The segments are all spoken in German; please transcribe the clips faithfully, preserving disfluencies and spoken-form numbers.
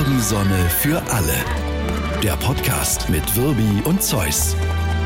Morgensonne für alle. Der Podcast mit Wirbi und Zeus.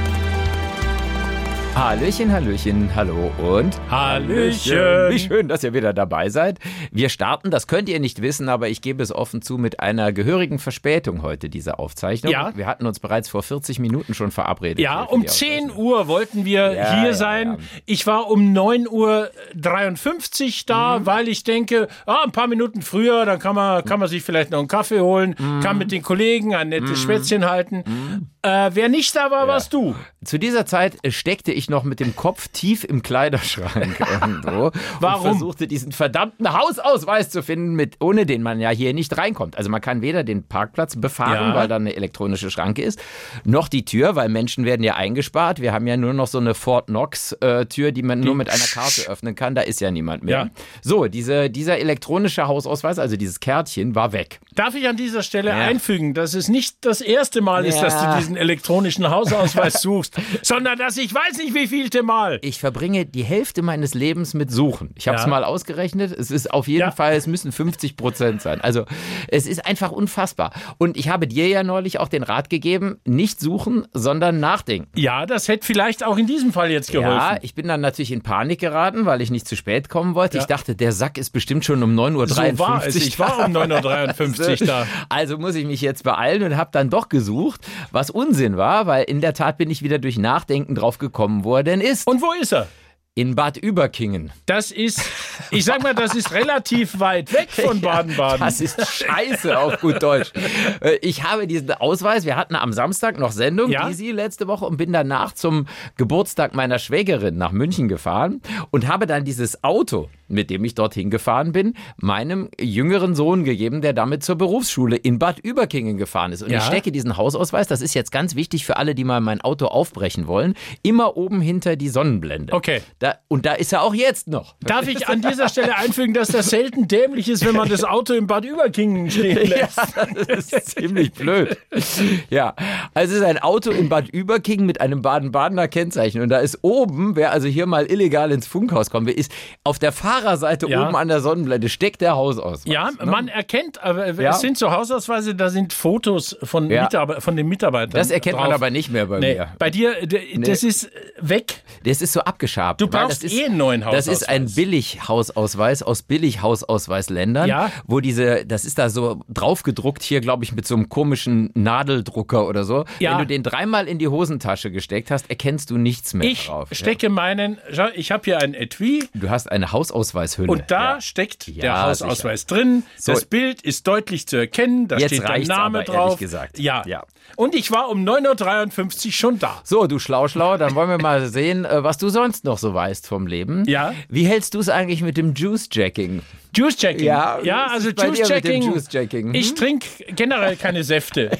Hallöchen, Hallöchen, hallo und Hallöchen. Wie schön, dass ihr wieder dabei seid. Wir starten, das könnt ihr nicht wissen, aber ich gebe es offen zu, mit einer gehörigen Verspätung heute, diese Aufzeichnung. Ja. Wir hatten uns bereits vor vierzig Minuten schon verabredet. Ja, um zehn Uhr wollten wir Ja, hier ja, sein. ja. Ich war um neun Uhr dreiundfünfzig da, Mhm. weil ich denke, ah, ein paar Minuten früher, dann kann man, kann man sich vielleicht noch einen Kaffee holen, Mhm. kann mit den Kollegen ein nettes Schwätzchen halten. Äh, wer nicht da war, warst du. Zu dieser Zeit steckte ich noch mit dem Kopf tief im Kleiderschrank irgendwo. Warum? Und versuchte diesen verdammten Hausausweis zu finden, mit, ohne den man ja hier nicht reinkommt. Also man kann weder den Parkplatz befahren, Ja. weil da eine elektronische Schranke ist, noch die Tür, weil Menschen werden ja eingespart. Wir haben ja nur noch so eine Fort Knox-Tür, die man nur mit einer Karte öffnen kann. Da ist ja niemand mehr. Ja. So, diese, dieser elektronische Hausausweis, also dieses Kärtchen, war weg. Darf ich an dieser Stelle Ja. einfügen, dass es nicht das erste Mal ist, Ja. dass du diesen elektronischen Hausausweis suchst, sondern dass ich weiß nicht, wie vielte Mal. Ich verbringe die Hälfte meines Lebens mit Suchen. Ich habe es Ja. mal ausgerechnet. Es ist auf jeden Ja. Fall, es müssen fünfzig Prozent sein. Also es ist einfach unfassbar. Und ich habe dir ja neulich auch den Rat gegeben, nicht suchen, sondern nachdenken. Ja, das hätte vielleicht auch in diesem Fall jetzt geholfen. Ja, ich bin dann natürlich in Panik geraten, weil ich nicht zu spät kommen wollte. Ja. Ich dachte, der Sack ist bestimmt schon um neun Uhr dreiundfünfzig. So war es. Ich war um neun Uhr dreiundfünfzig da. Also muss ich mich jetzt beeilen und habe dann doch gesucht, was Unsinn war, weil in der Tat bin ich wieder durch Nachdenken drauf gekommen, wo er denn ist. Und wo ist er? In Bad Überkingen. Das ist, ich sag mal, das ist relativ weit weg von Baden-Baden. Das ist scheiße auf gut Deutsch. Äh, Ich habe diesen Ausweis, wir hatten am Samstag noch Sendung, Ja? Easy, letzte Woche, und bin danach zum Geburtstag meiner Schwägerin nach München gefahren und habe dann dieses Auto, mit dem ich dorthin gefahren bin, meinem jüngeren Sohn gegeben, der damit zur Berufsschule in Bad Überkingen gefahren ist. Und Ja? ich stecke diesen Hausausweis, das ist jetzt ganz wichtig für alle, die mal mein Auto aufbrechen wollen, immer oben hinter die Sonnenblende. Okay. Da, und da ist er auch jetzt noch. Darf ich an dieser Stelle einfügen, dass das selten dämlich ist, wenn man das Auto in Bad Überkingen stehen lässt? Ja, das ist ziemlich blöd. Ja, also es ist ein Auto in Bad Überkingen mit einem Baden-Badener Kennzeichen. Und da ist oben, wer also hier mal illegal ins Funkhaus kommen will, ist auf der Fahrerseite Ja. oben an der Sonnenblende steckt der Hausausweis. Ja, ne? man erkennt, aber Ja. es sind so Hausausweise, da sind Fotos von, Ja. Mitarbe- von den Mitarbeitern. Das erkennt drauf. man aber nicht mehr bei Nee, mir. bei dir, d- das ist weg. Das ist so abgeschabt. Du weil brauchst das ist, eh einen neuen Das ist ein Hausausweis. Billig-Hausausweis aus Billig-Hausausweisländern, Ja. wo diese, das ist da so draufgedruckt hier, glaube ich, mit so einem komischen Nadeldrucker oder so. Ja. Wenn du den dreimal in die Hosentasche gesteckt hast, erkennst du nichts mehr Ich drauf. stecke meinen, schau, ich habe hier ein Etui. Ja. Du hast eine Hausausweishülle. Und da Ja. steckt Ja, der Hausausweis drin. So. Das Bild ist deutlich zu erkennen. Da Jetzt steht dein reicht's Name aber, drauf. ehrlich gesagt. Ja. Ja. Und ich war um neun Uhr dreiundfünfzig schon da. So, du Schlauschlau, dann wollen wir mal sehen, äh, was du sonst noch so weißt vom Leben. Ja. Wie hältst du es eigentlich mit dem Juice-Jacking? Juice-Checking. Ja, ja was also ist bei dir mit dem Juice-Checking. Juice-Checking? Hm? Ich trinke generell keine Säfte.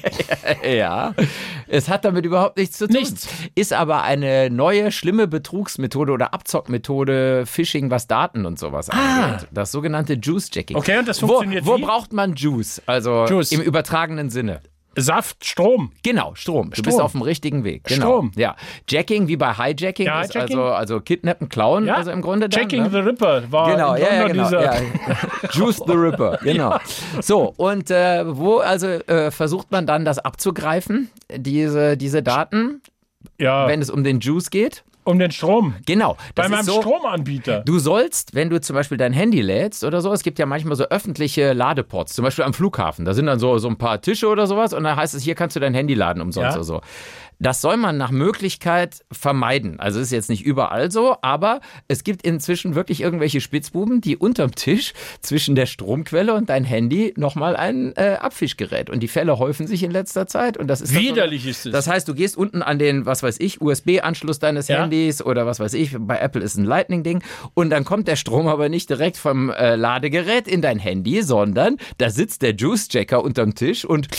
Ja, es hat damit überhaupt nichts zu tun. Nichts. Ist aber eine neue, schlimme Betrugsmethode oder Abzockmethode, Phishing, was Daten und sowas angeht. Das sogenannte Juice-Jacking. Ah. Okay, und das funktioniert Wo, wo wie? braucht man Juice? Also Juice. im übertragenen Sinne. Saft, Strom. Genau, Strom. Du Strom. bist auf dem richtigen Weg. Genau. Strom. Ja. Jacking wie bei Hijacking Ja, ist Hijacking. also, also Kidnappen, Klauen, Ja. also im Grunde dann, Jacking ne? the Ripper war Genau, im ja, ja, Grunde genau. dieser... Ja. Juice the Ripper, genau. So, und äh, wo also äh, versucht man dann das abzugreifen, diese, diese Daten, Ja, wenn es um den Juice geht? um den Strom. Genau. Bei Das meinem ist so, Stromanbieter. Du sollst, wenn du zum Beispiel dein Handy lädst oder so, es gibt ja manchmal so öffentliche Ladeports, zum Beispiel am Flughafen, da sind dann so, so ein paar Tische oder sowas und da heißt es, hier kannst du dein Handy laden umsonst Ja. oder so. Das soll man nach Möglichkeit vermeiden. Also ist jetzt nicht überall so, aber es gibt inzwischen wirklich irgendwelche Spitzbuben, die unterm Tisch zwischen der Stromquelle und dein Handy nochmal ein äh, Abfischgerät. Und die Fälle häufen sich in letzter Zeit. Und das ist dann Widerlich so, ist es. Das heißt, du gehst unten an den, was weiß ich, U S B-Anschluss deines Ja. Handys oder was weiß ich, bei Apple ist ein Lightning-Ding. Und dann kommt der Strom aber nicht direkt vom äh, Ladegerät in dein Handy, sondern da sitzt der Juice-Jacker unterm Tisch und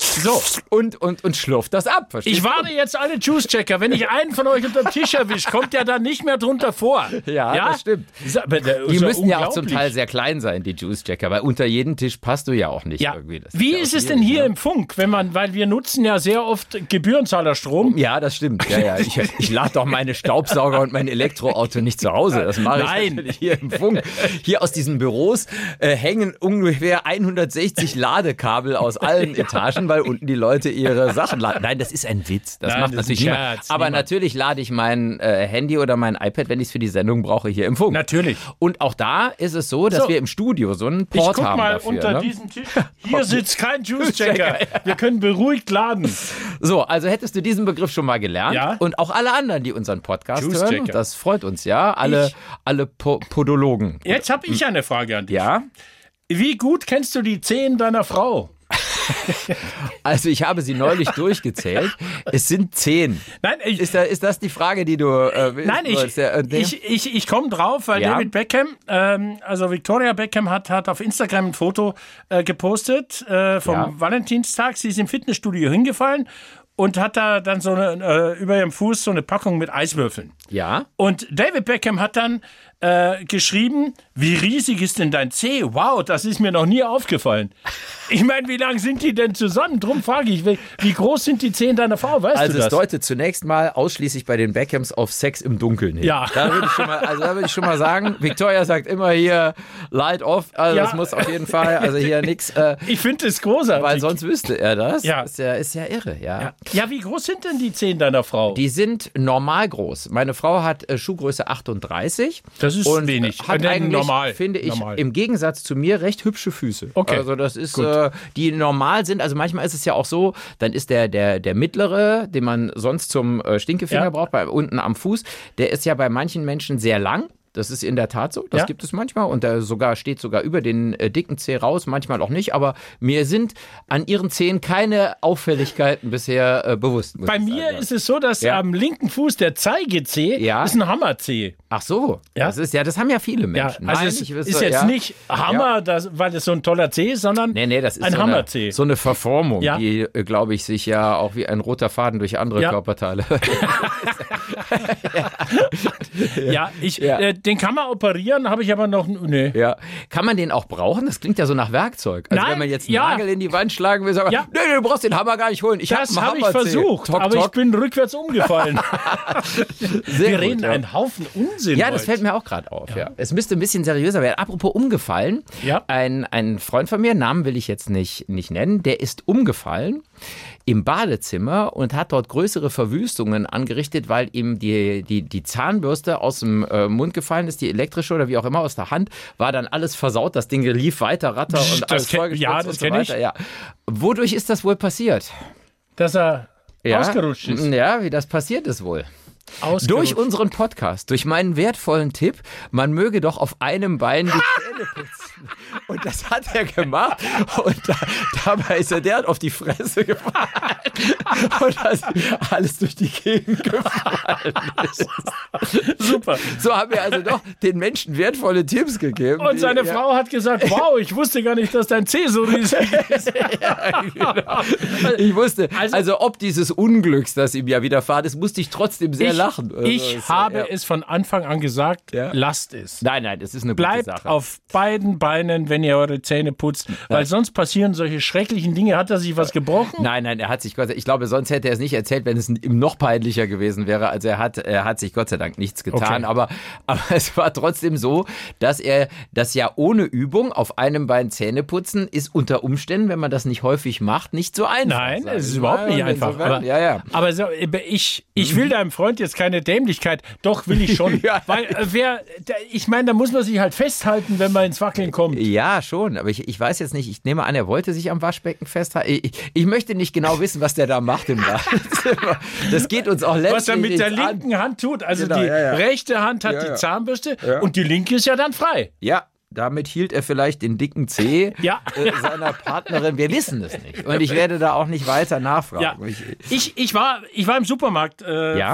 So. Und, und, und schlürft das ab. Verstehst Ich warte jetzt alle Juice-Checker. Wenn ich einen von euch unterm Tisch erwische, kommt der dann nicht mehr drunter vor. Ja, ja? das stimmt. Ist aber, der, Die ist müssen ja auch zum unglaublich. Teil sehr klein sein, die Juice-Checker, weil unter jeden Tisch passt du ja auch nicht Ja. irgendwie. Das Wie ja ist auch es denn schwierig, hier ne? im Funk, wenn man, weil wir nutzen ja sehr oft Gebührenzahlerstrom. Ja, das stimmt. Ja, ja. Ich, ich lade doch meine Staubsauger und mein Elektroauto nicht zu Hause. Das mache ich Nein. natürlich hier im Funk. Hier aus diesen Büros äh, hängen ungefähr hundertsechzig Ladekabel aus allen Etagen, weil unten die Leute ihre Sachen laden. Nein, das ist ein Witz. Das Nein, macht das ist natürlich ein niemand. Scherz. Aber Niemand. natürlich lade ich mein äh, Handy oder mein iPad, wenn ich es für die Sendung brauche, hier im Funk. Natürlich. Und auch da ist es so, dass So. wir im Studio so einen Ich Port guck haben mal dafür. unter Ne? diesem Tisch. Hier sitzt kein Juice-Checker. Wir können beruhigt laden. So, also hättest du diesen Begriff schon mal gelernt. Ja. Und auch alle anderen, die unseren Podcast Juice hören. Checker. Das freut uns ja. Alle, Ich- alle po Podologen. Jetzt habe ich eine Frage an dich. Ja, Wie gut kennst du die Zehen deiner Frau? also ich habe sie neulich durchgezählt. Es sind zehn. Nein, ich, Ist, da, ist das die Frage, die du äh, willst? Nein, ich, Ja, äh, nee. ich, ich, ich komme drauf, weil Ja. David Beckham, ähm, also Victoria Beckham hat, hat auf Instagram ein Foto äh, gepostet äh, vom Ja. Valentinstag. Sie ist im Fitnessstudio hingefallen und hat da dann so eine, äh, über ihrem Fuß so eine Packung mit Eiswürfeln. Ja. Und David Beckham hat dann äh, geschrieben, wie riesig ist denn dein Zeh? Wow, das ist mir noch nie aufgefallen. Ich meine, wie lang sind die denn zusammen? Drum frage ich, wie, wie groß sind die Zehen deiner Frau? Weißt Also du es das? deutet zunächst mal ausschließlich bei den Beckhams auf Sex im Dunkeln hin. Ja. Da würde ich schon mal, also da würde ich schon mal sagen, Victoria sagt immer hier Light off, also Ja. das muss auf jeden Fall, also hier nichts, äh, Ich finde es großartig. weil sonst wüsste er das. Ja. Ist ja, ist ja irre, ja. ja. ja, wie groß sind denn die Zehen deiner Frau? Die sind normal groß. Meine Frau hat äh, Schuhgröße achtunddreißig. Das ist und wenig. Hat Äh, eigentlich, normal. finde ich, Normal. im Gegensatz zu mir recht hübsche Füße. Okay. Also das ist, Gut. äh, die normal sind. Also manchmal ist es ja auch so, dann ist der, der, der mittlere, den man sonst zum äh, Stinkefinger Ja. braucht, bei, unten am Fuß, der ist ja bei manchen Menschen sehr lang. Das ist in der Tat so, das Ja. gibt es manchmal und der sogar steht sogar über den äh, dicken Zeh raus, manchmal auch nicht, aber mir sind an ihren Zehen keine Auffälligkeiten bisher äh, bewusst. muss Bei ich mir sagen. ist es so, dass Ja. am linken Fuß der Zeigezeh Ja. ist ein Hammerzeh. Ach so, Ja. das ist ja, das haben ja viele Ja, Menschen. also Nein, es ich ist wüsste, jetzt ja. nicht Hammer, das, weil es so ein toller Zeh ist, sondern Nee, nee, das ist ein so eine, Hammerzeh. so eine Verformung, Ja. die, äh, glaube ich, sich ja auch wie ein roter Faden durch andere Ja. Körperteile. Ja, ich, Ja. Äh, den kann man operieren, habe ich aber noch. Nee. ja. Kann man den auch brauchen? Das klingt ja so nach Werkzeug. Also Nein, wenn man jetzt einen ja. Nagel in die Wand schlagen will, sagt man, Ja. nee, nee, du brauchst den Hammer gar nicht holen. Ich Das hab habe einen ich Hammerzeh. versucht, Tok, aber ich tok. bin rückwärts umgefallen. Sehr Wir gut, reden ja. einen Haufen Unsinn. Ja, das heute. fällt mir auch gerade auf. Ja. Es müsste ein bisschen seriöser werden. Apropos umgefallen. Ja. Ein, ein Freund von mir, Namen will ich jetzt nicht, nicht nennen, der ist umgefallen im Badezimmer und hat dort größere Verwüstungen angerichtet, weil ihm die, die, die Zahnbürste aus dem äh, Mund gefallen ist, die elektrische oder wie auch immer aus der Hand, war dann alles versaut. Das Ding lief weiter, Ratter Das und alles kenn- vollgespritzt ja, das und so kenn ich. weiter. Ja. Wodurch ist das wohl passiert? Dass er Ja? ausgerutscht ist. Ja, wie das passiert ist wohl. Ausgerutscht. Durch unseren Podcast, durch meinen wertvollen Tipp, man möge doch auf einem Bein die Zähne putzen. Und das hat er gemacht. Und da, dabei ist er derart auf die Fresse gefallen. Und das alles durch die Gegend gefallen ist. Super. So haben wir also doch den Menschen wertvolle Tipps gegeben. Und seine die, ja, Frau hat gesagt, wow, ich wusste gar nicht, dass dein Zeh so riesig ist. genau. Ich wusste, also, Also- ob dieses Unglücks, das ihm ja widerfahren ist, musste ich trotzdem sehr Ich, lachen. Also, ich es- habe ja. es von Anfang an gesagt, Ja. lasst es. Nein, nein, das ist eine gute Bleibt Sache. auf beiden Beinen, wenn ihr eure Zähne putzt, weil sonst passieren solche schrecklichen Dinge. Hat er sich was gebrochen? Nein, nein, er hat sich Gott sei Dank, ich glaube, sonst hätte er es nicht erzählt, wenn es ihm noch peinlicher gewesen wäre. Also er hat, er hat sich Gott sei Dank nichts getan, Okay. aber, aber es war trotzdem so, dass er das ja ohne Übung auf einem Bein Zähne putzen ist unter Umständen, wenn man das nicht häufig macht, nicht so einfach. Nein, sag es ich ist überhaupt mal. nicht Und einfach. insofern- Aber, ja, ja. aber so, ich, ich will deinem Freund jetzt keine Dämlichkeit. Doch, will ich schon. Ja. Weil äh, wer, der, ich meine, da muss man sich halt festhalten, wenn man ins Wackeln kommt. Ja, schon, aber ich, ich weiß jetzt nicht, ich nehme an, er wollte sich am Waschbecken festhalten. Ich, ich möchte nicht genau wissen, was der da macht im Badezimmer. Das geht uns auch letztlich Was er mit der nichts an. linken Hand tut. Also Genau, die ja, ja. rechte Hand hat Ja, die ja. Zahnbürste Ja. und die linke ist ja dann frei. Ja, damit hielt er vielleicht den dicken Zeh Ja. äh, seiner Partnerin. Wir wissen es nicht. Und ich werde da auch nicht weiter nachfragen. Ja. Ich, Ich, ich, war, ich war im Supermarkt äh, Ja?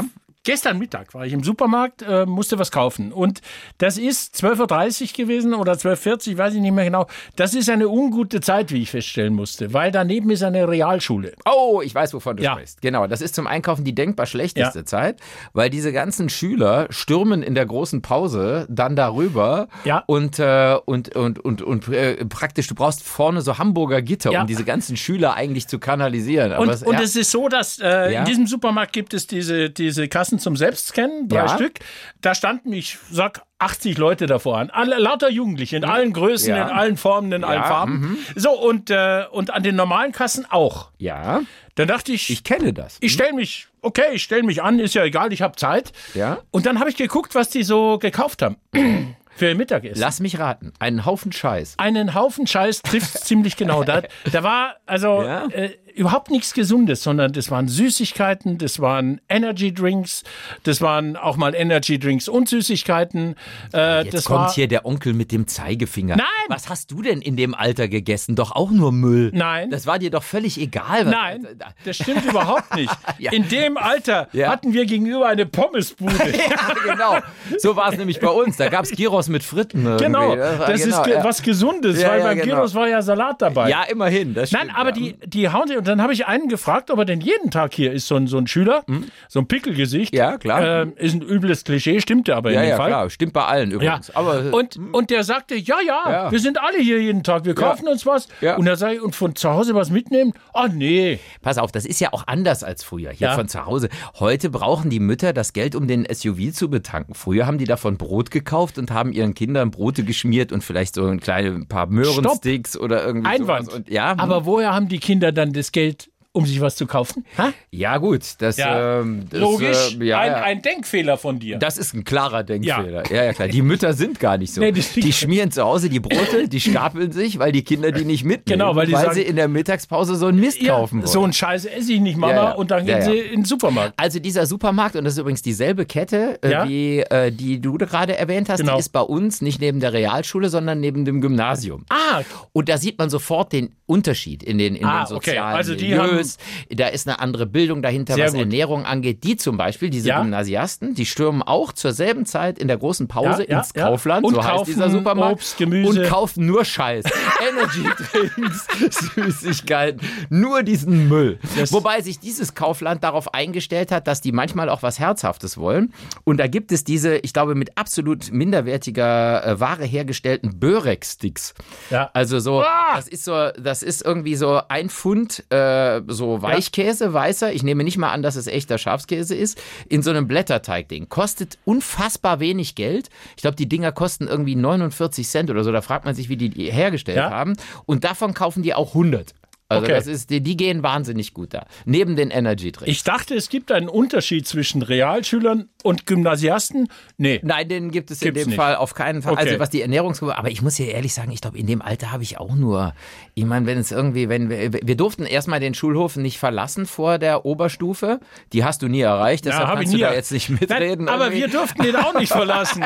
Gestern Mittag war ich im Supermarkt, äh, musste was kaufen. Und das ist zwölf Uhr dreißig gewesen oder zwölf Uhr vierzig, weiß ich nicht mehr genau. Das ist eine ungute Zeit, wie ich feststellen musste, weil daneben ist eine Realschule. Oh, ich weiß, wovon du Ja. sprichst. Genau, das ist zum Einkaufen die denkbar schlechteste Ja. Zeit, weil diese ganzen Schüler stürmen in der großen Pause dann darüber Ja. und, äh, und, und, und, und äh, praktisch, du brauchst vorne so Hamburger Gitter, Ja. um diese ganzen Schüler eigentlich zu kanalisieren. Aber Und, es, und ja. es ist so, dass äh, Ja. in diesem Supermarkt gibt es diese, diese Kassen zum Selbstscannen, drei Ja. Stück. Da standen, ich sag, achtzig Leute davor an. Alle, lauter Jugendliche, in allen Größen, Ja. in allen Formen, in allen Ja, Farben. So, und, äh, und an den normalen Kassen auch. Ja, Dann dachte ich, ich kenne das. ich stelle mich, okay, ich stelle mich an, ist ja egal, ich habe Zeit. Ja. Und dann habe ich geguckt, was die so gekauft haben für ihr Mittagessen. Lass mich raten, einen Haufen Scheiß. Einen Haufen Scheiß trifft ziemlich genau. Da, da war also Ja. äh, überhaupt nichts Gesundes, sondern das waren Süßigkeiten, das waren Energy Drinks, das waren auch mal Energy Drinks und Süßigkeiten. Äh, Jetzt das kommt war, hier der Onkel mit dem Zeigefinger. Nein! Was hast du denn in dem Alter gegessen? Doch auch nur Müll. Nein. Das war dir doch völlig egal. Was- Nein, das stimmt überhaupt nicht. Ja. In dem Alter Ja. hatten wir gegenüber eine Pommesbude. Ja, genau. So war es nämlich bei uns. Da gab es Gyros mit Fritten. irgendwie. Genau, war- das genau, ist ge ja. was Gesundes, Ja, weil ja, beim genau. Gyros war ja Salat dabei. Ja, immerhin. Das Nein, stimmt, aber ja. die, die hauen sie. Und dann habe ich einen gefragt, ob er denn jeden Tag hier ist, so ein, so ein Schüler, so ein Pickelgesicht. Hm? Ja, klar. Ähm, ist ein übles Klischee, stimmte aber Ja, in dem ja, Fall. klar. Stimmt bei allen Ja. übrigens. Aber, und, und der sagte, ja, ja, Ja. wir sind alle hier jeden Tag, wir kaufen uns was. Ja. Und da sage ich, und von zu Hause was mitnehmen? Ah, nee. pass auf, das ist ja auch anders als früher. Hier Ja. von zu Hause. Heute brauchen die Mütter das Geld, um den S U V zu betanken. Früher haben die davon Brot gekauft und haben ihren Kindern Brote geschmiert und vielleicht so ein kleine ein paar Möhrensticks oder irgendwie Einwand. sowas. Und, ja, hm. Aber woher haben die Kinder dann das Geld, um sich was zu kaufen? Ha? ja gut, das, Ja. ähm, das Logisch, äh, ja, ein, ja. ein Denkfehler von dir. Das ist ein klarer Denkfehler. Ja, ja, klar. Die Mütter sind gar nicht so. Nee, die- die schmieren zu Hause die Brote, die stapeln sich, weil die Kinder die nicht mitnehmen. Genau, weil die sagen- sie in der Mittagspause so einen Mist Ja, kaufen wollen. so ein Scheiß esse ich nicht, Mama. Ja, ja. Und dann gehen Ja, ja. sie in den Supermarkt. Also dieser Supermarkt, und das ist übrigens dieselbe Kette, äh, Ja. wie äh, die du gerade erwähnt hast, Genau. die ist bei uns nicht neben der Realschule, sondern neben dem Gymnasium. Ah, Und da sieht man sofort den Unterschied in den, in Ah, den okay. sozialen Also die Milieus. Da ist eine andere Bildung dahinter, Sehr was gut. Ernährung angeht. Die zum Beispiel, diese Ja. Gymnasiasten, die stürmen auch zur selben Zeit in der großen Pause Ja, ja, ins ja. Kaufland, Und so heißt kaufen dieser Supermarkt. Obst, Gemüse. Und kaufen nur Scheiß. Energy-Drinks, Süßigkeiten, nur diesen Müll. Das- Wobei sich dieses Kaufland darauf eingestellt hat, dass die manchmal auch was Herzhaftes wollen. Und da gibt es diese, ich glaube, mit absolut minderwertiger äh, Ware hergestellten Börek-Sticks. Ja. Also so, Ah! das ist so, das ist irgendwie so ein Pfund äh, so Weichkäse, weißer. Ich nehme nicht mal an, dass es echter Schafskäse ist, in so einem Blätterteigding. Kostet unfassbar wenig Geld. Ich glaube, die Dinger kosten irgendwie neunundvierzig Cent oder so. Da fragt man sich, wie die die hergestellt Ja. haben. Und davon kaufen die auch hundert. Also Okay. das ist, die, die gehen wahnsinnig gut da. Neben den Energy Drinks. ich dachte, es gibt einen Unterschied zwischen Realschülern und Gymnasiasten. Nee. Nein, den gibt es in Gibt's dem nicht. Fall auf keinen Fall. Okay. Also was die Ernährungsgruppe, aber ich muss dir ehrlich sagen, ich glaube, in dem Alter habe ich auch nur, ich meine, wenn es irgendwie, wenn wir, wir durften erstmal den Schulhof nicht verlassen vor der Oberstufe. Die hast du nie erreicht, deshalb hab kannst ich du nie. da jetzt nicht mitreden. Nein, aber irgendwie. wir durften den auch nicht verlassen.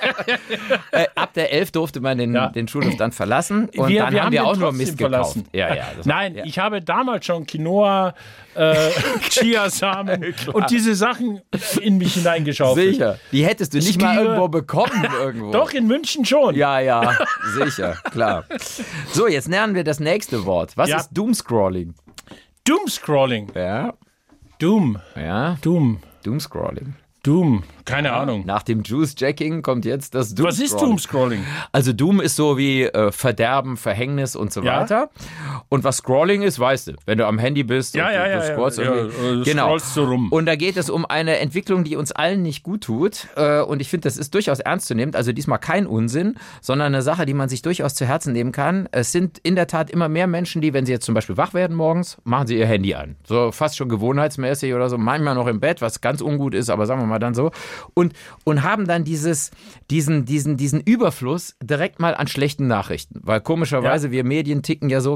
äh, ab der elf durfte man den, Ja. den Schulhof dann verlassen und wir, dann wir haben wir den auch nur trotzdem Mist verlassen. gekauft. Ja, ja, das- Nein, ja. ich habe damals schon Quinoa, äh, Chiasamen und diese Sachen in mich hineingeschaufelt. Sicher. Die hättest du nicht mal Skier. irgendwo bekommen irgendwo. Doch, in München schon. Ja, ja, sicher, klar. So, jetzt lernen wir das nächste Wort. Was Ja. ist Doomscrolling? Doomscrolling. Ja, Doom. ja, Doom. Doomscrolling. Doom. Keine Ahnung. Nach dem Juice-Jacking kommt jetzt das Doomscrolling. Was ist Doomscrolling? Also Doom ist so wie äh, Verderben, Verhängnis und so Ja. weiter. Und was Scrolling ist, weißt du, wenn du am Handy bist Ja, und ja, du, ja, du ja. scrollst Ja, irgendwie. äh, du genau. scrollst so rum. Und da geht es um eine Entwicklung, die uns allen nicht gut tut. Äh, und ich finde, das ist durchaus ernst zu nehmen. Also diesmal kein Unsinn, sondern eine Sache, die man sich durchaus zu Herzen nehmen kann. Es sind in der Tat immer mehr Menschen, die, wenn sie jetzt zum Beispiel wach werden morgens, machen sie ihr Handy an. So fast schon gewohnheitsmäßig oder so. Manchmal noch im Bett, was ganz ungut ist, aber sagen wir mal dann so. Und, und haben dann dieses, diesen, diesen, diesen Überfluss direkt mal an schlechten Nachrichten. Weil komischerweise wir Medien ticken ja so, wenn es nicht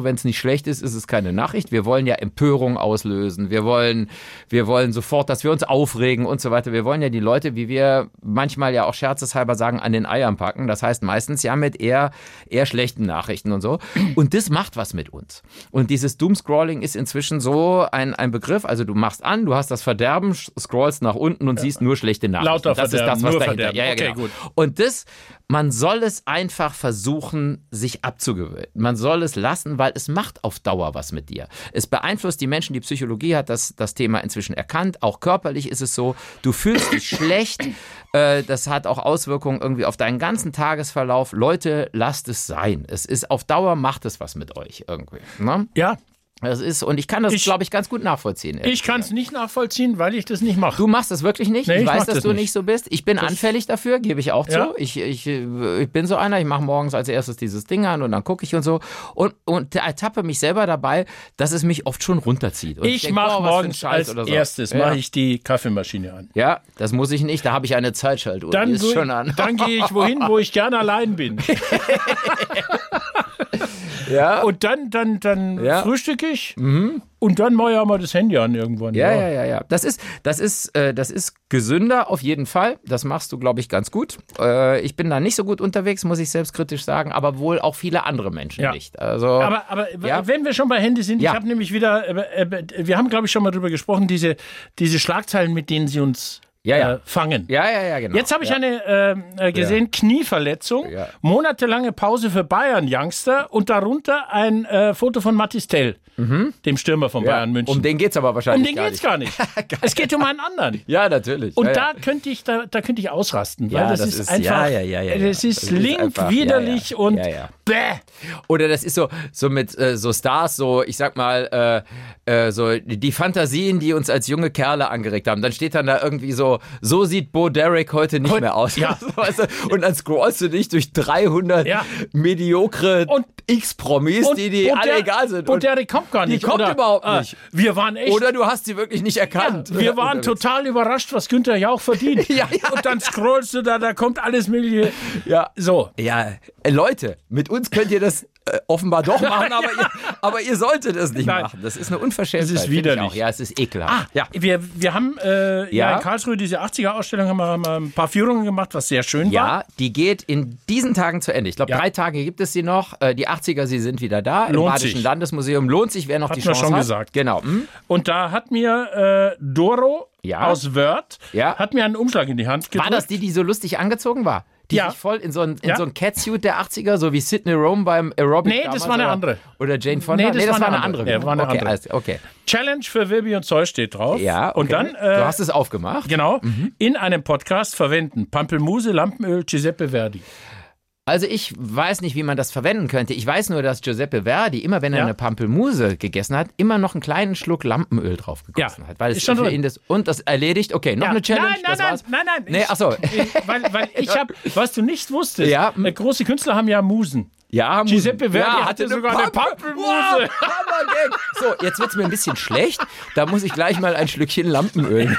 schlecht ist, ist es keine Nachricht. Wir wollen ja Empörung auslösen. Wir wollen, wir wollen sofort, dass wir uns aufregen und so weiter. Wir wollen ja die Leute, wie wir manchmal ja auch scherzeshalber sagen, an den Eiern packen. Das heißt meistens ja mit eher, eher schlechten Nachrichten und so. Und das macht was mit uns. Und dieses Doomscrolling ist inzwischen so ein, ein Begriff. Also du machst an, du hast das Verderben, scrollst nach unten und ja. siehst nur schlechte Nachrichten. Lauter das Verderben, ist das, was nur dahinter. Verderben. Ja, ja, okay, genau. gut. Und das, man soll es einfach versuchen, sich abzugewöhnen. Man soll es lassen, weil es macht auf Dauer was mit dir. Es beeinflusst die Menschen, die Psychologie hat das, das Thema inzwischen erkannt. Auch körperlich ist es so, du fühlst dich schlecht. Äh, das hat auch Auswirkungen irgendwie auf deinen ganzen Tagesverlauf. Leute, lasst es sein. Es ist auf Dauer, macht es was mit euch irgendwie. Ne? Ja. Das ist, und ich kann das, glaube ich, ganz gut nachvollziehen. Ich kann es nicht nachvollziehen, weil ich das nicht mache. Du machst das wirklich nicht? Nee, ich, ich weiß, dass das du nicht. nicht so bist. Ich bin das anfällig dafür, gebe ich auch zu. Ja. Ich, ich, ich bin so einer, ich mache morgens als erstes dieses Ding an und dann gucke ich und so. Und, und ertappe mich selber dabei, dass es mich oft schon runterzieht. Und ich ich mache morgens Scheiß als oder so. erstes ja. mache ich die Kaffeemaschine an. Ja, das muss ich nicht. Da habe ich eine Zeitschaltuhr. Dann, die ist so, schon an. dann gehe ich wohin, wo ich gerne allein bin. ja. Und dann, dann, dann ja. frühstücke ich. Mhm. Und dann mache ich auch mal das Handy an irgendwann. Ja, ja, ja, ja. Das ist, das ist, äh, das ist gesünder auf jeden Fall. Das machst du, glaube ich, ganz gut. Äh, ich bin da nicht so gut unterwegs, muss ich selbstkritisch sagen, aber wohl auch viele andere Menschen ja. nicht. Also, aber aber ja. wenn wir schon bei Handy sind, ja. ich habe nämlich wieder, äh, äh, wir haben, glaube ich, schon mal drüber gesprochen, diese, diese Schlagzeilen, mit denen sie uns Ja, ja. Äh, fangen. Ja, ja, ja, genau. Jetzt habe ich ja. eine äh, gesehen, ja. Knieverletzung, ja. monatelange Pause für Bayern-Youngster und darunter ein äh, Foto von Mathis Tell, mhm. dem Stürmer von ja. Bayern München. Um den geht's aber wahrscheinlich Um den geht's gar nicht. Es geht um einen anderen. Ja, natürlich. Und ja, da ja. könnte ich, da, da könnte ich ausrasten, ja, weil das, das ist, ist einfach, ja, ja, ja, ja, das ist das link, ist einfach, widerlich ja, ja. und ja, ja. bäh. Oder das ist so, so mit äh, so Stars, so ich sag mal, äh, äh, so die Fantasien, die uns als junge Kerle angeregt haben. Dann steht dann da irgendwie so, so sieht Bo Derek heute nicht Heute, mehr aus. ja. Weißt du? Und dann scrollst du dich durch dreihundert ja. mediokre und X-Promis, die die Bo alle Der, egal sind. Bo Derek kommt gar nicht. Die kommt oder, überhaupt nicht. Äh, wir waren echt... Oder du hast sie wirklich nicht erkannt. Ja, wir waren total überrascht, was Günther Jauch verdient. ja, ja, und dann scrollst du da, da kommt alles mögliche. Ja. So. Ja, äh, Leute, mit uns könnt ihr das äh, offenbar doch machen, aber, ihr, aber ihr solltet es nicht Nein. machen. Das ist eine Unverschämtheit. Das ist widerlich. Auch. Ja, es ist ekelhaft. Ah, ja. wir, wir haben äh, ja. Ja. in Karlsruhe diese achtziger-Ausstellung, haben wir, haben wir ein paar Führungen gemacht, was sehr schön Ja, war. die geht in diesen Tagen zu Ende. Ich glaube, Ja. drei Tage gibt es sie noch. Äh, Die achtziger, sie sind wieder da. Im Lohnt Badischen sich. Landesmuseum lohnt sich, wer noch Hatten die wir Chance schon hat. gesagt. Genau. Hm? Und da hat mir äh, Doro Ja. aus Wörth Ja. hat mir einen Umschlag in die Hand gedrückt. War das die, die so lustig angezogen war? Die Ja. sich voll in so ein, in Ja. so ein Catsuit der achtziger, so wie Sidney Rome beim Aerobic Nee, das damals, war eine oder, andere. Oder Jane Fonda? Nee, das war eine andere. wieder. Ja, war eine okay, andere. Alles, okay. Challenge für Wilby und Zoll steht drauf. Ja, okay. Und dann, äh, du hast es aufgemacht. genau, in einem Podcast verwenden Pampelmuse, Lampenöl, Giuseppe Verdi. Also ich weiß nicht, wie man das verwenden könnte. Ich weiß nur, dass Giuseppe Verdi, immer wenn er Ja. eine Pampelmuse gegessen hat, immer noch einen kleinen Schluck Lampenöl drauf gegossen Ja, hat. Weil es ist schon für drin. ihn das, und das erledigt. Okay, noch Ja. eine Challenge. Nein, nein, das nein, war's. nein, nein. Nee, Ich- ach so. Ich, weil, weil ich habe, was du nicht wusstest, Ja. äh, große Künstler haben ja Musen. Ja, Giuseppe Verdi ja, hatte sogar eine Pampelmuse. Wow, Hammergag. So, jetzt wird es mir ein bisschen schlecht. Da muss ich gleich mal ein Schlückchen Lampenöl.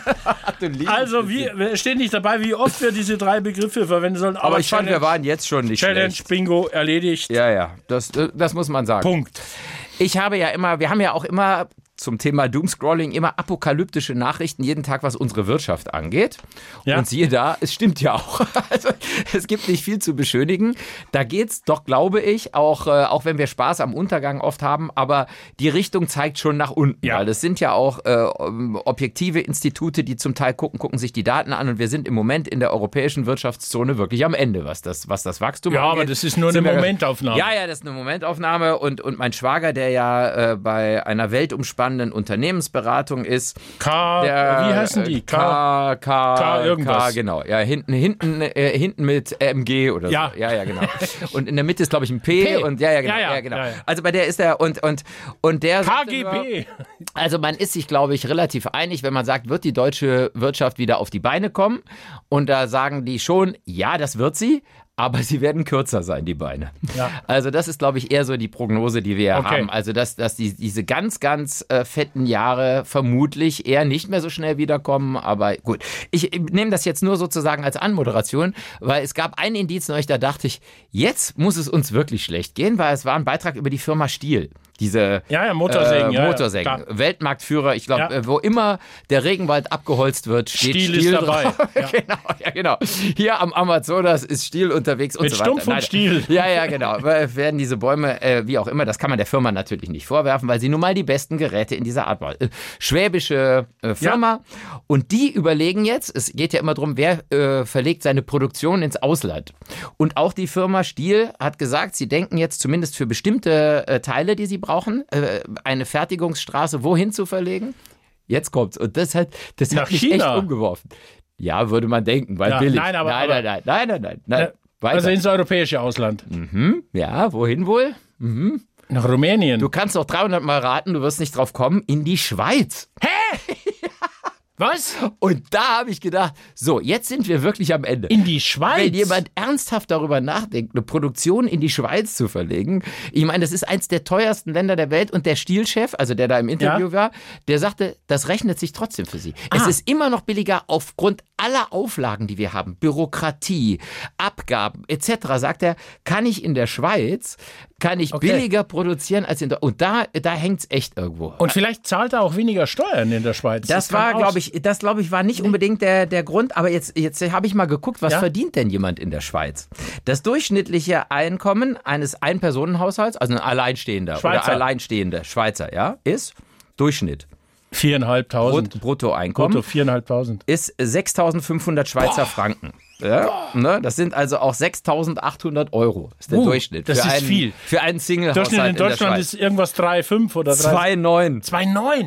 Du liebes Also, wie, bisschen. steht nicht dabei, wie oft wir diese drei Begriffe verwenden sollen. Aber ich fand, wir waren jetzt schon nicht Challenge, schlecht. Bingo, erledigt. Ja, ja, das, das muss man sagen. Punkt. Ich habe ja immer, wir haben ja auch immer zum Thema Doomscrolling immer apokalyptische Nachrichten jeden Tag, was unsere Wirtschaft angeht. Ja. Und siehe da, es stimmt ja auch. Also, es gibt nicht viel zu beschönigen. Da geht's doch, glaube ich, auch, äh, auch wenn wir Spaß am Untergang oft haben, aber die Richtung zeigt schon nach unten. Ja. Weil es sind ja auch äh, objektive Institute, die zum Teil gucken, gucken sich die Daten an und wir sind im Moment in der europäischen Wirtschaftszone wirklich am Ende, was das, was das Wachstum Ja, angeht. aber das ist nur eine Sind wir- Momentaufnahme. Ja, ja, das ist eine Momentaufnahme und, und mein Schwager, der ja äh, bei einer weltumspannenden Unternehmensberatung ist. K, Der, wie heißen die? äh, K, K, K irgendwas. K, genau. Ja, hinten, hinten, äh, hinten mit M G oder Ja. so. Ja, ja, genau. Und in der Mitte ist, glaube ich, ein P, P. und ja, ja, genau. Ja, ja, ja, genau. ja, ja. Also bei der ist er und, und, und der sagte K G B. nur, also man ist sich, glaube ich, relativ einig, wenn man sagt, wird die deutsche Wirtschaft wieder auf die Beine kommen? Und da sagen die schon, ja, das wird sie. Aber sie werden kürzer sein, die Beine. Ja. Also das ist, glaube ich, eher so die Prognose, die wir Okay. haben. Also dass, dass die, diese ganz, ganz äh, fetten Jahre vermutlich eher nicht mehr so schnell wiederkommen. Aber gut, ich, ich nehme das jetzt nur sozusagen als Anmoderation, weil es gab einen Indiz neulich, da dachte ich, jetzt muss es uns wirklich schlecht gehen, weil es war ein Beitrag über die Firma Stihl. Diese Ja, ja, Motorsägen. äh, ja, Motorsägen. ja, klar. Weltmarktführer. Ich glaube, Ja. äh, wo immer der Regenwald abgeholzt wird, steht Stihl Stihl ist dabei. drauf. Ja. genau, ja, genau. Hier am Amazonas ist Stihl unterwegs und Mit so weiter. Stumpf und Stiel. Ja, ja, genau. Weil werden diese Bäume, äh, wie auch immer, das kann man der Firma natürlich nicht vorwerfen, weil sie nun mal die besten Geräte in dieser Art war. Äh, schwäbische äh, Firma. Ja. Und die überlegen jetzt, es geht ja immer darum, wer äh, verlegt seine Produktion ins Ausland. Und auch die Firma Stihl hat gesagt, sie denken jetzt zumindest für bestimmte äh, Teile, die sie brauchen, äh, eine Fertigungsstraße wohin zu verlegen. Jetzt kommt's. Und das hat, das Nach hat mich China. echt umgeworfen. Ja, würde man denken, weil Ja, billig. nein, aber- nein, aber- nein, nein, nein, nein, nein, nein. Äh, Weiter. Also ins europäische Ausland. Mhm. Ja, wohin wohl? Nach Rumänien. Du kannst noch dreihundert Mal raten, du wirst nicht drauf kommen, in die Schweiz. Was? Und da habe ich gedacht, so, jetzt sind wir wirklich am Ende. In die Schweiz? Wenn jemand ernsthaft darüber nachdenkt, eine Produktion in die Schweiz zu verlegen, ich meine, das ist eins der teuersten Länder der Welt und der Stihlchef, also der da im Interview Ja. war, der sagte, das rechnet sich trotzdem für sie. Es Ah. ist immer noch billiger aufgrund aller Auflagen, die wir haben, Bürokratie, Abgaben et cetera, sagt er, kann ich in der Schweiz, kann ich Okay. billiger produzieren als in der, und da, da hängt es echt irgendwo. Und vielleicht zahlt er auch weniger Steuern in der Schweiz. Das, kann war, auch- glaube ich, das glaube ich, war nicht unbedingt der, der Grund, aber jetzt, jetzt habe ich mal geguckt, was Ja? verdient denn jemand in der Schweiz? Das durchschnittliche Einkommen eines Einpersonenhaushalts, also ein Alleinstehender Schweizer. oder Alleinstehender Schweizer, ja, ist Durchschnitt. Viereinhalbtausend. Brut, Bruttoeinkommen Brutto viereinhalbtausend. ist sechstausendfünfhundert Schweizer Franken. Ja, ne? Das sind also auch sechstausendachthundert Euro. Ist der Uh, Durchschnitt. das für ist einen, viel. Für einen Single-Haushalt Durchschnitt in in der Deutschland Schweiz. ist irgendwas drei Komma fünf oder drei zwei Komma neun. zwei Komma neun.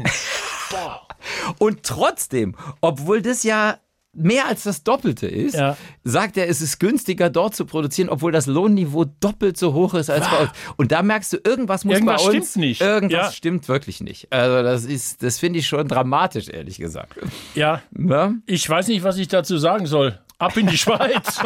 Und trotzdem, obwohl das ja mehr als das Doppelte ist, Ja. sagt er, es ist günstiger dort zu produzieren, obwohl das Lohnniveau doppelt so hoch ist als bei uns. Und da merkst du, irgendwas muss Irgendwas bei uns... stimmt nicht. Irgendwas Ja. stimmt wirklich nicht. Also das ist, das finde ich schon dramatisch, ehrlich gesagt. Ja, Ne? ich weiß nicht, was ich dazu sagen soll. Ab in die Schweiz.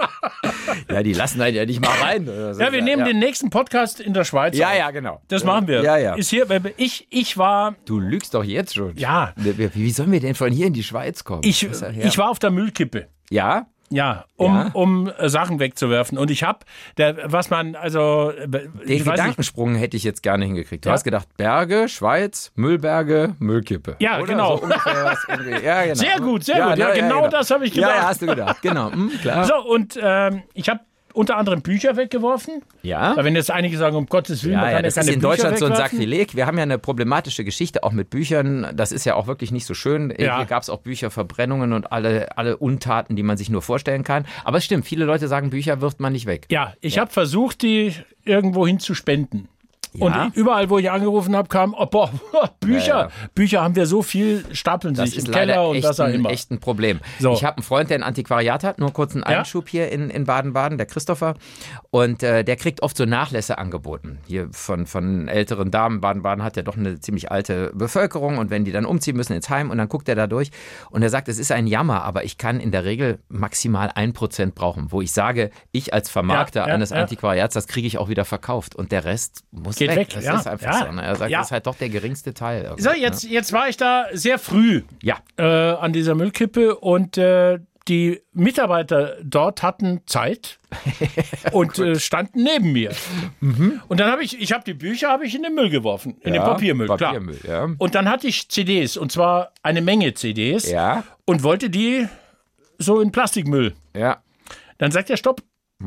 Ja, die lassen einen ja nicht mal rein. Oder so. Ja, wir nehmen ja. den nächsten Podcast in der Schweiz Ja, auf. ja, genau. Das machen wir. Ja, ja. Ist hier, ich, ich war, Du lügst doch jetzt schon. ja, Wie, wie sollen wir denn von hier in die Schweiz kommen? ich, Das ist ja her. ich war auf der Müllkippe. Ja? Ja, um, Ja. um äh, Sachen wegzuwerfen. Und ich habe, was man, also, äh, Den ich weiß nicht, Gedankensprung hätte ich jetzt gar nicht hingekriegt. Du Ja. hast gedacht, Berge, Schweiz, Müllberge, Müllkippe. Ja, Oder? genau. So ungefähr was irgendwie. Ja, genau. Sehr gut, sehr gut. Ja, genau das habe ich Ja, gedacht. ja, hast du gedacht. Genau, hm, klar. So, und ähm, ich habe unter anderem Bücher weggeworfen. Ja. Da wenn jetzt einige sagen, um Gottes Willen, Ja, man ja, kann ja das keine ist in Bücher Deutschland so ein wegwerfen. Sakrileg. Wir haben ja eine problematische Geschichte auch mit Büchern. Das ist ja auch wirklich nicht so schön. Ja. Hier gab es auch Bücherverbrennungen und alle, alle Untaten, die man sich nur vorstellen kann. Aber es stimmt, viele Leute sagen, Bücher wirft man nicht weg. Ja, ich habe versucht, die irgendwo hin zu spenden. Ja. Und überall, wo ich angerufen habe, kam, oh, boah, Bücher. Ja, ja. Bücher haben wir so viel, stapeln Das sich ist im leider Keller und echt, das auch ein, immer. echt ein Problem. So. Ich habe einen Freund, der ein Antiquariat hat, nur kurz einen Ja. Einschub hier in, in Baden-Baden, der Christopher. Und äh, der kriegt oft so Nachlässe angeboten. Hier von, von älteren Damen. Baden-Baden hat ja doch eine ziemlich alte Bevölkerung. Und wenn die dann umziehen müssen ins Heim und dann guckt er da durch. Und er sagt, es ist ein Jammer, aber ich kann in der Regel maximal ein Prozent brauchen. Wo ich sage, ich als Vermarkter Ja, ja, eines ja. Antiquariats, das kriege ich auch wieder verkauft. Und der Rest muss Geht weg. weg, Das ja. ist einfach Ja. so. Ne? Er sagt, Ja. das ist halt doch der geringste Teil. irgendwie, So, jetzt, jetzt war ich da sehr früh Ne? Ja. äh, an dieser Müllkippe und äh, die Mitarbeiter dort hatten Zeit und äh, standen neben mir. Und dann habe ich, ich habe die Bücher habe ich in den Müll geworfen, in den Ja, Papiermüll, Papiermüll, klar. ja. Und dann hatte ich C Ds und zwar eine Menge C Ds Ja. und wollte die so in Plastikmüll. Ja. Dann sagt er Stopp.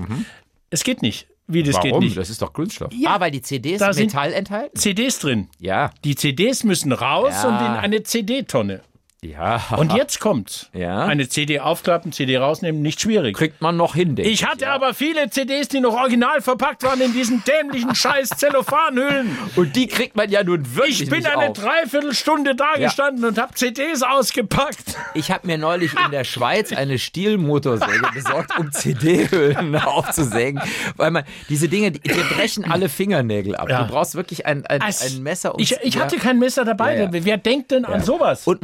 Es geht nicht. Wie das geht Warum? nicht. Das ist doch Kunststoff. Ja. Ah, weil die C Ds Da sind- Metall enthalten? C Ds drin. Ja. Die C Ds müssen raus Ja. und in eine C D-Tonne. Ja. Und jetzt kommt's. Ja. Eine C D aufklappen, C D rausnehmen, nicht schwierig. kriegt man noch hin, denke Ich hatte aber viele C Ds, die noch original verpackt waren in diesen dämlichen scheiß Zellophanhüllen. Und die kriegt man ja nun wirklich Ich bin nicht eine auf. Dreiviertelstunde da Ja. gestanden und habe C Ds ausgepackt. Ich habe mir neulich in der Schweiz eine Stielmotorsäge besorgt, um C D-Hüllen aufzusägen. Weil man, diese Dinge, die, die brechen alle Fingernägel ab. Ja. Du braust wirklich ein, ein, Es- ein Messer. Um Ich, ich hatte kein Messer dabei. Ja, ja. Wer denkt denn an sowas? Und musstest du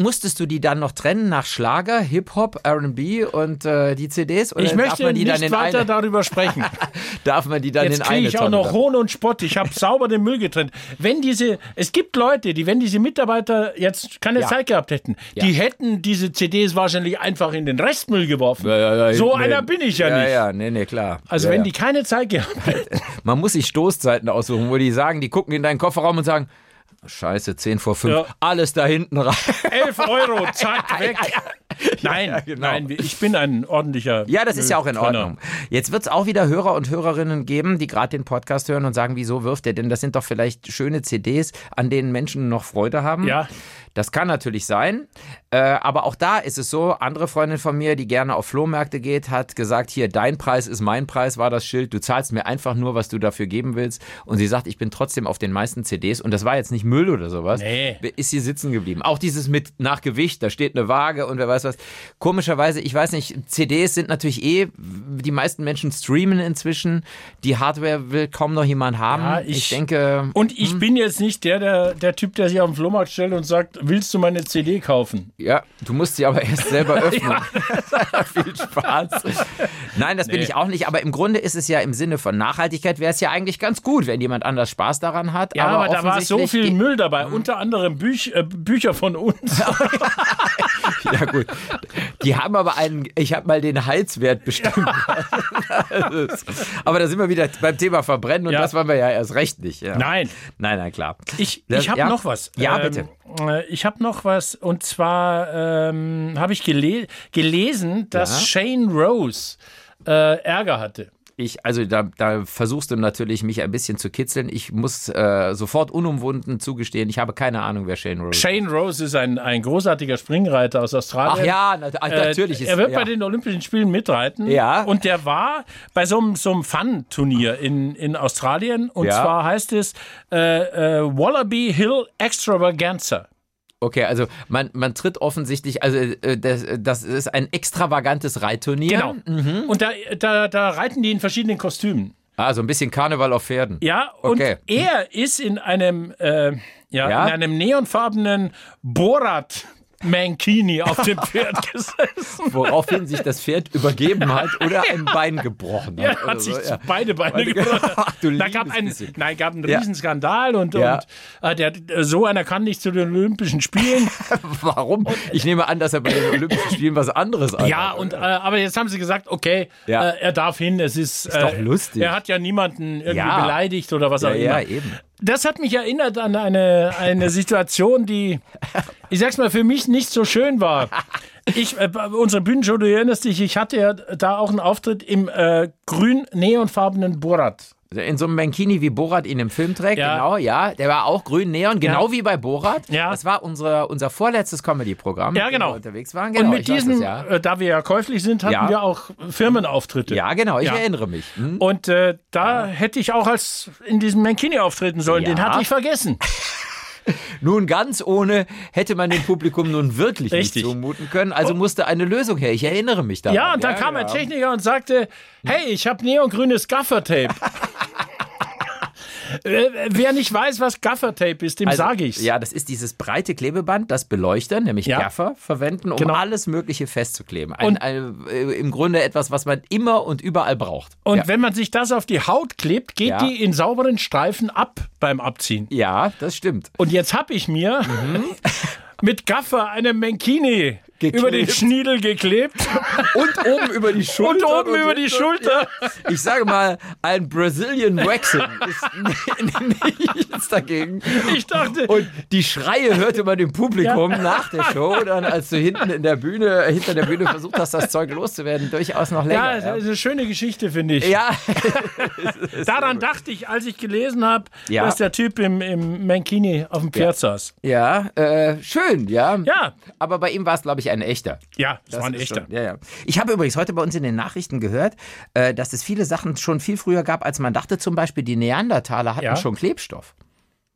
die dann noch trennen nach Schlager, Hip-Hop, R and B und äh, die C Ds? Oder ich möchte man die nicht dann in weiter eine, darüber sprechen. darf man die dann Jetzt in kriege eine ich auch Tonne noch werfen? Hohn und Spott. Ich habe sauber den Müll getrennt. Wenn diese, es gibt Leute, die, wenn diese Mitarbeiter jetzt keine Ja. Zeit gehabt hätten, Ja. die hätten diese C Ds wahrscheinlich einfach in den Restmüll geworfen. Ja, ja, ja, so nee. einer bin ich ja, ja nicht. Ja, nee, nee, klar. Also ja, wenn ja. die keine Zeit gehabt hätten. Man muss sich Stoßzeiten aussuchen, wo die sagen, die gucken in deinen Kofferraum und sagen, Scheiße, zehn vor fünf, Ja. alles da hinten rein. elf Euro, zack, weg. Nein, ja, genau. nein, ich bin ein ordentlicher Ja, das ist ja auch in Mülltrenner. Ordnung. Jetzt wird es auch wieder Hörer und Hörerinnen geben, die gerade den Podcast hören und sagen, wieso wirft er denn? Das sind doch vielleicht schöne C Ds, an denen Menschen noch Freude haben. Ja. Das kann natürlich sein, äh, aber auch da ist es so, andere Freundin von mir, die gerne auf Flohmärkte geht, hat gesagt, hier, dein Preis ist mein Preis, war das Schild, du zahlst mir einfach nur, was du dafür geben willst. Und sie sagt, ich bin trotzdem auf den meisten C Ds und das war jetzt nicht Müll oder sowas, Nee. ist sie sitzen geblieben. Auch dieses mit nach Gewicht, da steht eine Waage und wer weiß was. Komischerweise, ich weiß nicht, C Ds sind natürlich eh, die meisten Menschen streamen inzwischen, die Hardware will kaum noch jemand haben. Ja, ich, ich- denke... Und ich bin jetzt nicht der, der, der Typ, der sich auf den Flohmarkt stellt und sagt, willst du meine C D kaufen? Ja, du musst sie aber erst selber öffnen. Viel Spaß. Nein, das bin Nee. ich auch nicht. Aber im Grunde ist es ja im Sinne von Nachhaltigkeit, wäre es ja eigentlich ganz gut, wenn jemand anders Spaß daran hat. Ja, aber, da war so offensichtlich viel ge- Müll dabei, unter anderem Büch, äh, Bücher von uns. Ja gut. Die haben aber einen, ich habe mal den Heizwert bestimmt. Aber da sind wir wieder beim Thema Verbrennen und Ja. das wollen wir ja erst recht nicht. Ja. Nein, Nein, nein, klar. ich, Das- ich habe ja. noch was. Ja, Ähm, bitte. äh, Ich habe noch was und zwar ähm, habe ich gele gelesen, dass Ja. Shane Rose äh, Ärger hatte. Ich, also da, da versuchst du natürlich, mich ein bisschen zu kitzeln. Ich muss äh, sofort unumwunden zugestehen, ich habe keine Ahnung, wer Shane Rose ist. Shane Rose ist ein, ein großartiger Springreiter aus Australien. Ach ja, na, ach, natürlich. Äh, ist er wird ja. bei den Olympischen Spielen mitreiten. Ja. Und der war bei so einem, so einem Fun-Turnier in, in Australien. Und Ja. zwar heißt es äh, äh, Wallaby Hill Extravaganza. Okay, also man, man tritt offensichtlich, also äh, das, das ist ein extravagantes Reitturnier. Genau. Und da, da, da reiten die in verschiedenen Kostümen. Ah, so ein bisschen Karneval auf Pferden. Ja, und Okay. er ist in einem, äh, ja, Ja? in einem neonfarbenen Borat Mankini auf dem Pferd gesessen. Woraufhin sich das Pferd übergeben hat oder ein Bein gebrochen hat. Ja, oder hat so, sich ja. beide Beine Beide- gebrochen. Ach, du Da liebes gab ein, bisschen. nein, gab einen Ja. Riesenskandal und, Ja. und äh, der, so einer kann nicht zu den Olympischen Spielen. Warum? Ich nehme an, dass er bei den Olympischen Spielen was anderes anhat. Ja, und äh, aber jetzt haben sie gesagt, okay, Ja. äh, er darf hin. Es ist, ist doch lustig. Er hat ja niemanden irgendwie Ja. beleidigt oder was Ja, auch ja, immer. eben. Das hat mich erinnert an eine, eine Situation, die, ich sag's mal, für mich nicht so schön war. Ich, äh, bei unserer Bühnenshow, du erinnerst dich, ich hatte ja da auch einen Auftritt im äh, grün-neonfarbenen Borat. In so einem Mankini, wie Borat ihn im Film trägt, Ja. genau, ja. Der war auch grün Neon, genau Ja. wie bei Borat. Ja. Das war unsere, unser vorletztes Comedy-Programm, Ja, wo genau. wir unterwegs waren. Genau, Und mit ich weiß diesem, das, ja. äh, da wir ja käuflich sind, hatten Ja. wir auch Firmenauftritte. Ja, genau, ich Ja. erinnere mich. Hm? Und äh, da hätte ich auch als in diesem Mankini auftreten sollen. Ja. Den hatte ich vergessen. Nun ganz ohne hätte man dem Publikum nun wirklich Richtig. nicht zumuten können, also musste eine Lösung her. Ich erinnere mich daran. Ja, und dann kam ein Techniker und sagte, hey, ich habe neongrünes Gaffertape. Äh, Wer nicht weiß, was Gaffertape ist, dem Also, sage ich's. Ja, das ist dieses breite Klebeband, das Beleuchter, nämlich Ja. Gaffer, verwenden, um Genau. alles Mögliche festzukleben. Ein, Und- ein, äh, im Grunde etwas, was man immer und überall braucht. Und ja. wenn man sich das auf die Haut klebt, geht Ja. die in sauberen Streifen ab beim Abziehen. ja, das stimmt. Und jetzt habe ich mir mit Gaffer eine Mankini Geklebt. über den Schniedel geklebt Und oben über die und Schulter. oben über die hinter- Schulter. Ich sage mal, ein Brazilian Waxing ist nichts dagegen. Ich dachte, Und die Schreie hörte man im Publikum Ja. nach der Show, dann als du hinten in der Bühne, hinter der Bühne versucht hast, das Zeug loszuwerden, durchaus noch ja, länger. das ist eine schöne Geschichte, finde ich. Ja, Daran dachte ich, als ich gelesen habe, Ja. dass der Typ im, im Mankini auf dem Pferd saß. ja, äh, schön, ja. Ja, Aber bei ihm war es, glaube ich, ein echter. ja, das, war ein ist echter. Schon, ja, ja. Ich habe übrigens heute bei uns in den Nachrichten gehört, äh, dass es viele Sachen schon viel früher gab, als man dachte. Zum Beispiel, die Neandertaler hatten Ja. schon Klebstoff.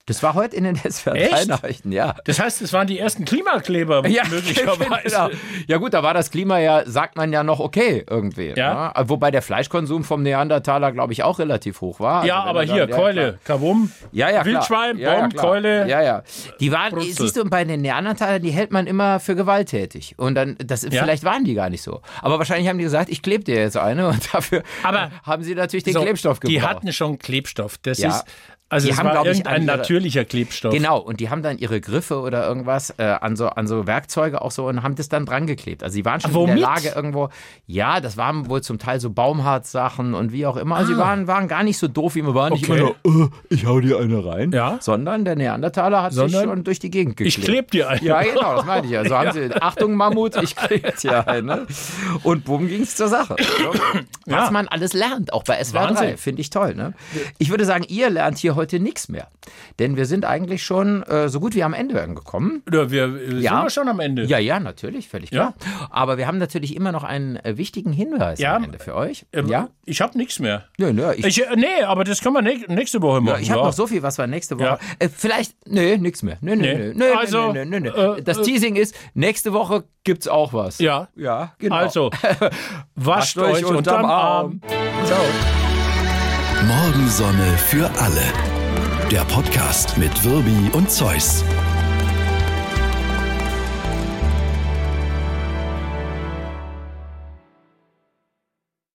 Das war heute in den S W R drei Nachrichten, ja. Das heißt, es waren die ersten Klimakleber ja, möglicherweise. Genau. Ja gut, da war das Klima ja, sagt man ja noch okay irgendwie. Ja. Ne? Wobei der Fleischkonsum vom Neandertaler, glaube ich, auch relativ hoch war. Also ja, aber hier, dann, Keule, ja, Kavum, ja, ja, Wildschwein, ja, Bomb, ja, Keule. Ja, ja. Die waren, Brutzel. siehst du, bei den Neandertalern, die hält man immer für gewalttätig. Und dann, das, ja? vielleicht waren die gar nicht so. Aber wahrscheinlich haben die gesagt, ich klebe dir jetzt eine und dafür aber haben sie natürlich den so, Klebstoff gebraucht. Die hatten schon Klebstoff. Das ja. ist... Also die es haben, war ich, irgendein ihre, natürlicher Klebstoff. Genau, und die haben dann ihre Griffe oder irgendwas äh, an, so, an so Werkzeuge auch so und haben das dann dran geklebt. Also sie waren schon Womit? in der Lage irgendwo, ja, das waren wohl zum Teil so Baumharzsachen und wie auch immer. Also ah. sie waren, waren gar nicht so doof, wie man war. Nicht okay. immer so, uh, ich hau dir eine rein. Ja. Sondern der Neandertaler hat Sondern sich schon durch die Gegend geklebt. Ich kleb dir eine. Ja, genau, das meine ich. Also ja. haben sie, Achtung Mammut, ich kleb dir eine. Und bumm ging's zur Sache. So. Was ja. man alles lernt, auch bei S W R drei, finde ich toll. Ne? Ich würde sagen, ihr lernt hier heute nichts mehr. Denn wir sind eigentlich schon äh, so gut wie am Ende angekommen. Ja, wir äh, ja. sind wir schon am Ende. Ja, ja, natürlich, völlig klar. Ja. Aber wir haben natürlich immer noch einen äh, wichtigen Hinweis ja. am Ende für euch. Ähm, ja? Ich habe nichts mehr. Nö, nö, ich, ich, äh, nee, aber das können wir ne- nächste Woche machen. Ja, ich habe ja. noch so viel, was wir nächste Woche... Ja. Äh, vielleicht... Nö, nichts mehr. Nö, nö, nee. nö, nö, also, nö, nö, nö, nö. Äh, das äh, Teasing ist, nächste Woche gibt's auch was. Ja. Ja, genau. Also, wascht euch unterm Arm. Ciao. Morgensonne für alle. Der Podcast mit Wirbi und Zeus.